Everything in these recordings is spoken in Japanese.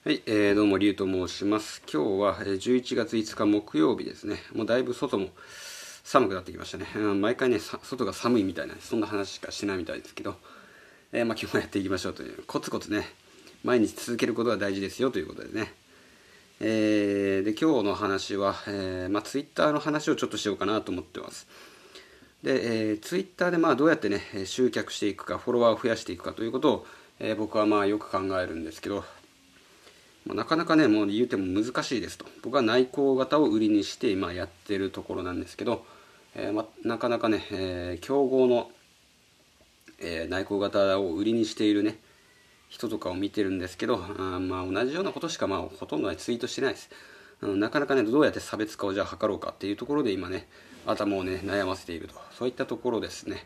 はい、どうも、りゅうと申します。今日は11月5日木曜日ですね。もうだいぶ外も寒くなってきましたね。毎回ね、外が寒いみたいな、そんな話しかしないみたいですけど、今日もやっていきましょうという、コツコツね、毎日続けることが大事ですよということでね。で、今日の話は、ツイッターの話をちょっとしようかなと思ってます。で、ツイッターでどうやってね、集客していくか、フォロワーを増やしていくかということを、僕はよく考えるんですけど、なかなかね、もう言うても難しいですと。僕は内向型を売りにして今やってるところなんですけど、なかなかね、競合の、内向型を売りにしているね、人とかを見てるんですけど、同じようなことしかほとんどはツイートしてないです。なかなかね、どうやって差別化をじゃあ図ろうかっていうところで今ね、頭をね、悩ませていると。そういったところですね。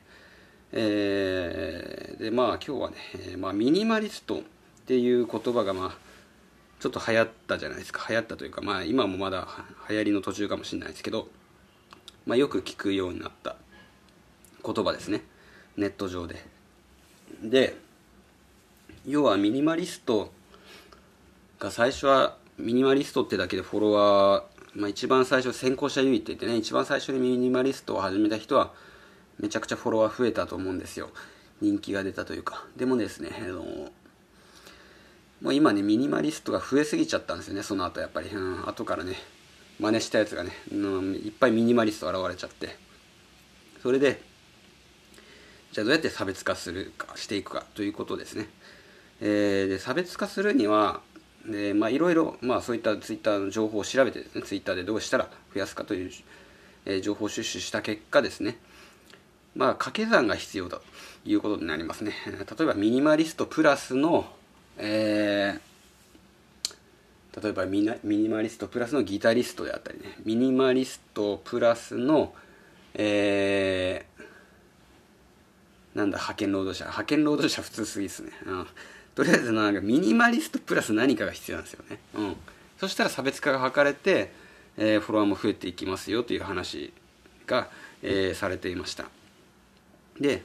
で、今日はね、ミニマリストっていう言葉がちょっと流行ったじゃないですか。流行ったというか、今もまだ流行りの途中かもしれないですけど、よく聞くようになった言葉ですね。ネット上で。で、要はミニマリストが最初は、ミニマリストってだけでフォロワー、一番最初先行者優位って言ってね、一番最初にミニマリストを始めた人は、めちゃくちゃフォロワー増えたと思うんですよ。人気が出たというか。でもですね、もう今ね、ミニマリストが増えすぎちゃったんですよね、その後やっぱり。後からね、真似したやつがね、いっぱいミニマリスト現れちゃって。それで、じゃあどうやって差別化していくかということですね。で、差別化するには、いろいろ、そういったツイッターの情報を調べてですね、ツイッターでどうしたら増やすかという、情報収集した結果ですね、掛け算が必要だということになりますね。例えばミニマリストプラスの、例えばミニマリストプラスのギタリストであったりね、ミニマリストプラスの、派遣労働者。派遣労働者普通すぎですね。とりあえずミニマリストプラス何かが必要なんですよね。そしたら差別化が図れて、フォロワーも増えていきますよという話が、されていました。で、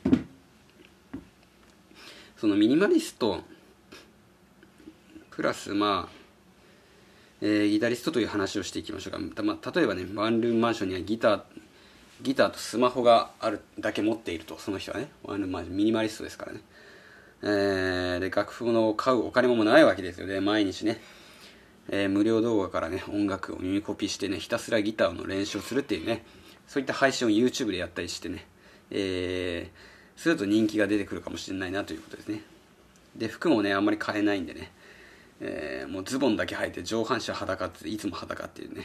そのミニマリストプラスギタリストという話をしていきましょうか。例えばね、ワンルームマンションにはギターとスマホがあるだけ持っていると、その人はね、ミニマリストですからね。で、楽譜を買うお金もないわけですよね。毎日ね、無料動画からね、音楽を耳コピしてね、ひたすらギターの練習をするっていうね、そういった配信を YouTube でやったりしてね、すると人気が出てくるかもしれないなということですね。で、服もね、あんまり買えないんでね、もうズボンだけ履いて上半身裸っていつも裸っていうね。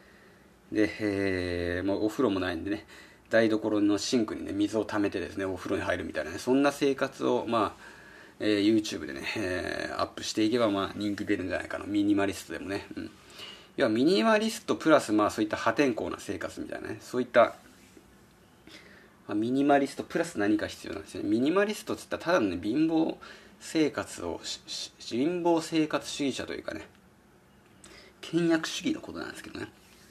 で、もうお風呂もないんでね、台所のシンクにね、水を溜めてですね、お風呂に入るみたいなね、そんな生活をYouTube でね、アップしていけば人気出るんじゃないかな。ミニマリストでもね。要はミニマリストプラスそういった破天荒な生活みたいなね、そういったミニマリストプラス何か必要なんですよね。ミニマリストって言ったらただのね、貧乏生活主義者というかね、倹約主義のことなんですけどね。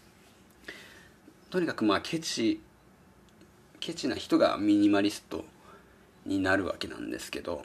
とにかくケチな人がミニマリストになるわけなんですけど、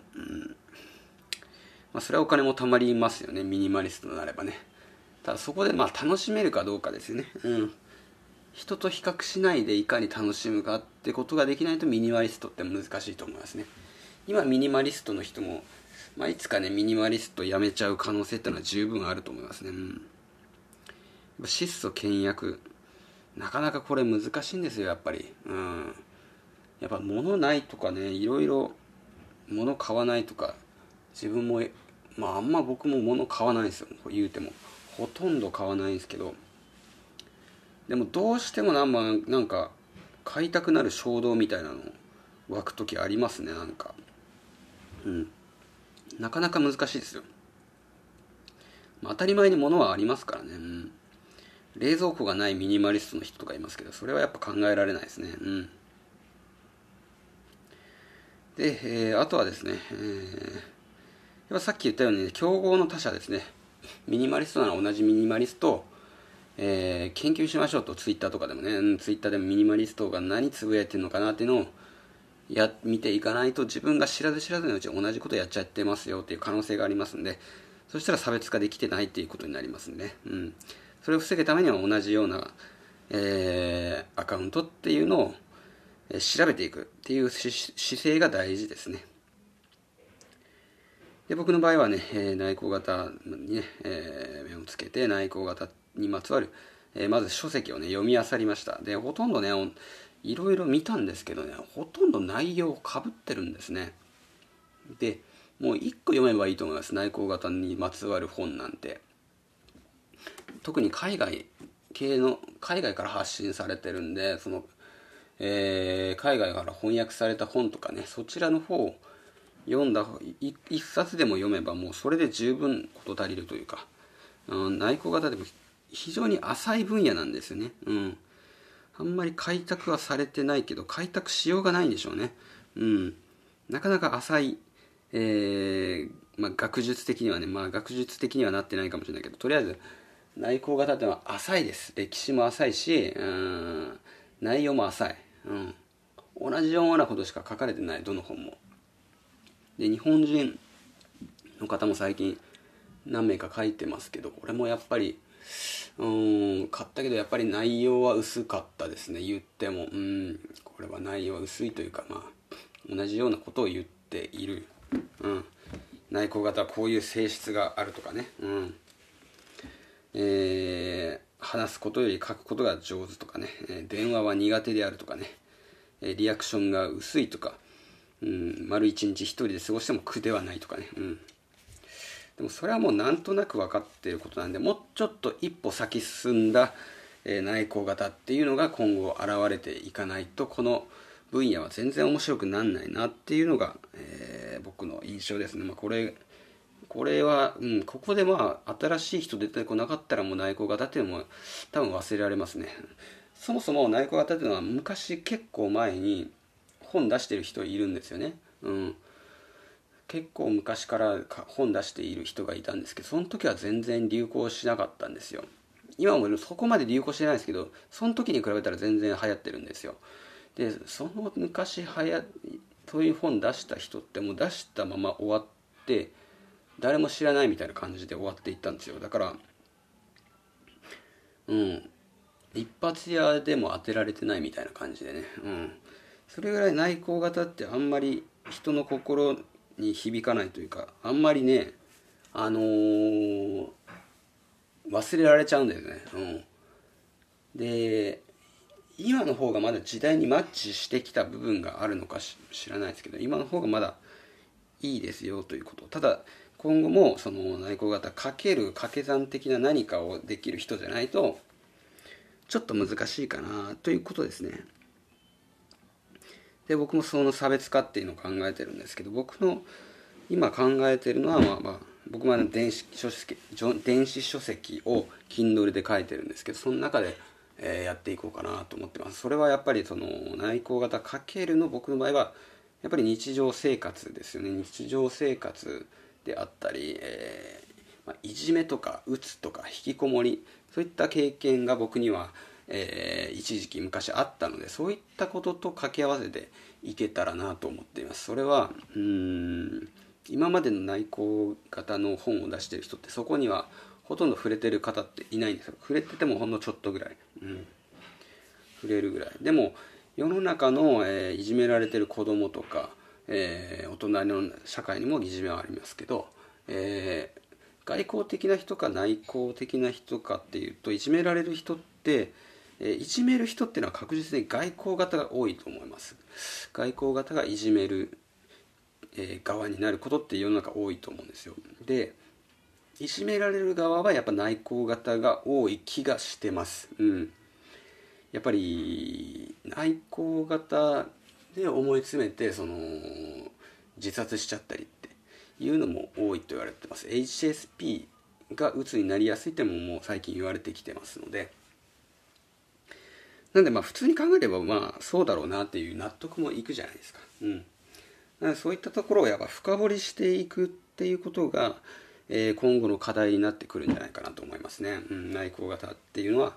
それはお金も貯まりますよね、ミニマリストとなればね。ただそこで楽しめるかどうかですよね。人と比較しないでいかに楽しむかってことができないとミニマリストって難しいと思いますね。今ミニマリストの人も、いつかね、ミニマリストやめちゃう可能性ってのは十分あると思いますね。質素倹約、なかなかこれ難しいんですよ、やっぱり。やっぱ物ないとかね、いろいろ物買わないとか、自分もあんま僕も物買わないんですよ、言うてもほとんど買わないんですけど、でもどうしてもなんか買いたくなる衝動みたいなの湧く時ありますね。なかなか難しいですよ。当たり前に物はありますからね。冷蔵庫がないミニマリストの人とかいますけど、それはやっぱ考えられないですね。で、あとはですね、さっき言ったように、競合の他社ですね。ミニマリストなら同じミニマリストを、研究しましょうと。ツイッターとかでもね、ツイッターでもミニマリストが何つぶやいてるのかなっていうのを見ていかないと、自分が知らず知らずのうちに同じことやっちゃってますよっていう可能性がありますんで、 そしたら差別化できてないっていうことになりますんでね。それを防ぐためには同じような、アカウントっていうのを調べていくっていう姿勢が大事ですね。で、僕の場合はね、内向型にね、目をつけて内向型にまつわる、まず書籍をね、読み漁りました。で、ほとんどね、いろいろ見たんですけどね、ほとんど内容かぶってるんですね。で、もう一個読めばいいと思います。内向型にまつわる本なんて。特に海外から発信されてるんで、海外から翻訳された本とかね、そちらの方を読んだ一冊でも読めばもうそれで十分事足りるというか、内向型でも非常に浅い分野なんですよね。あんまり開拓はされてないけど開拓しようがないんでしょうね。なかなか浅い、学術的にはね、学術的にはなってないかもしれないけど、とりあえず内向型っていうのは浅いです。歴史も浅いし、内容も浅い。同じようなことしか書かれてない、どの本も。で、日本人の方も最近何名か書いてますけど、これもやっぱり買ったけどやっぱり内容は薄かったですね。言ってもこれは内容は薄いというか、同じようなことを言っている。内向型はこういう性質があるとかね、話すことより書くことが上手とかね、電話は苦手であるとかね、リアクションが薄いとか、丸一日一人で過ごしても苦ではないとかね、でもそれはもうなんとなく分かっていることなんで、もうちょっと一歩先進んだ、内向型っていうのが今後現れていかないと、この分野は全然面白くなんないなっていうのが、僕の印象ですね。これは、ここで新しい人出てこなかったらもう内向型っていうのも多分忘れられますね。そもそも内向型っていうのは昔結構前に本出してる人いるんですよね。結構昔から本出している人がいたんですけど、その時は全然流行しなかったんですよ。今もそこまで流行してないですけど、その時に比べたら全然流行ってるんですよ。で、その昔そういう本出した人ってもう出したまま終わって誰も知らないみたいな感じで終わっていったんですよ。だから一発屋でも当てられてないみたいな感じでね、それぐらい内向型ってあんまり人の心に響かないというか、あんまりね忘れられちゃうんだよね。で、今の方がまだ時代にマッチしてきた部分があるのか知らないですけど、今の方がまだいいですよということ。ただ今後もその内向型掛け算的な何かをできる人じゃないとちょっと難しいかなということですね。で、僕もその差別化っていうのを考えてるんですけど、僕の今考えてるのは、僕は電子書籍を Kindle で書いてるんですけど、その中で、やっていこうかなと思ってます。それはやっぱりその内向型×の僕の場合はやっぱり日常生活ですよね。日常生活であったり、いじめとかうつとか引きこもり、そういった経験が僕には、一時期昔あったので、そういったことと掛け合わせていけたらなと思っています。それは今までの内向型の本を出している人ってそこにはほとんど触れてる方っていないんですよ。触れててもほんのちょっとぐらい、触れるぐらいでも、世の中の、いじめられてる子供とか、大人の社会にもいじめはありますけど、外交的な人か内向的な人かっていうと、いじめられる人って、いじめる人っていうのは確実に外向型が多いと思います。外向型がいじめる、側になることって世の中多いと思うんですよ。で、いじめられる側はやっぱ内向型が多い気がしてます。やっぱり内向型で思い詰めて自殺しちゃったりっていうのも多いと言われてます。 HSP が鬱になりやすいってももう最近言われてきてますので、なんで普通に考えればそうだろうなっていう納得もいくじゃないですか。なのでそういったところをやっぱ深掘りしていくっていうことが、今後の課題になってくるんじゃないかなと思いますね。内向型っていうのは、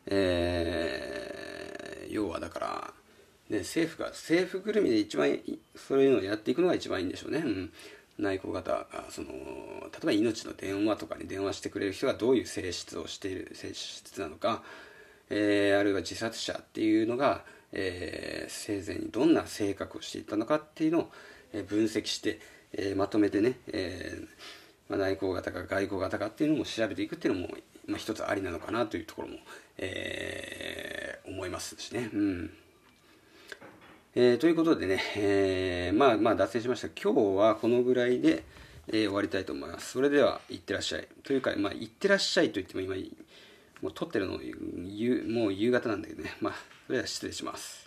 要はだから、ね、政府ぐるみで一番そういうのをやっていくのが一番いいんでしょうね。 内向型、例えば命の電話とかに電話してくれる人がどういう性質をしている性質なのか、あるいは自殺者っていうのが、生前にどんな性格をしていたのかっていうのを分析して、まとめてね、内向型か外向型かっていうのも調べていくっていうのも、一つありなのかなというところも、思いますしね。ということでね、脱線しました。今日はこのぐらいで、終わりたいと思います。それでは、いってらっしゃい。というか、いってらっしゃいと言っても今、もう撮ってるのもう夕方なんだけどね。それでは失礼します。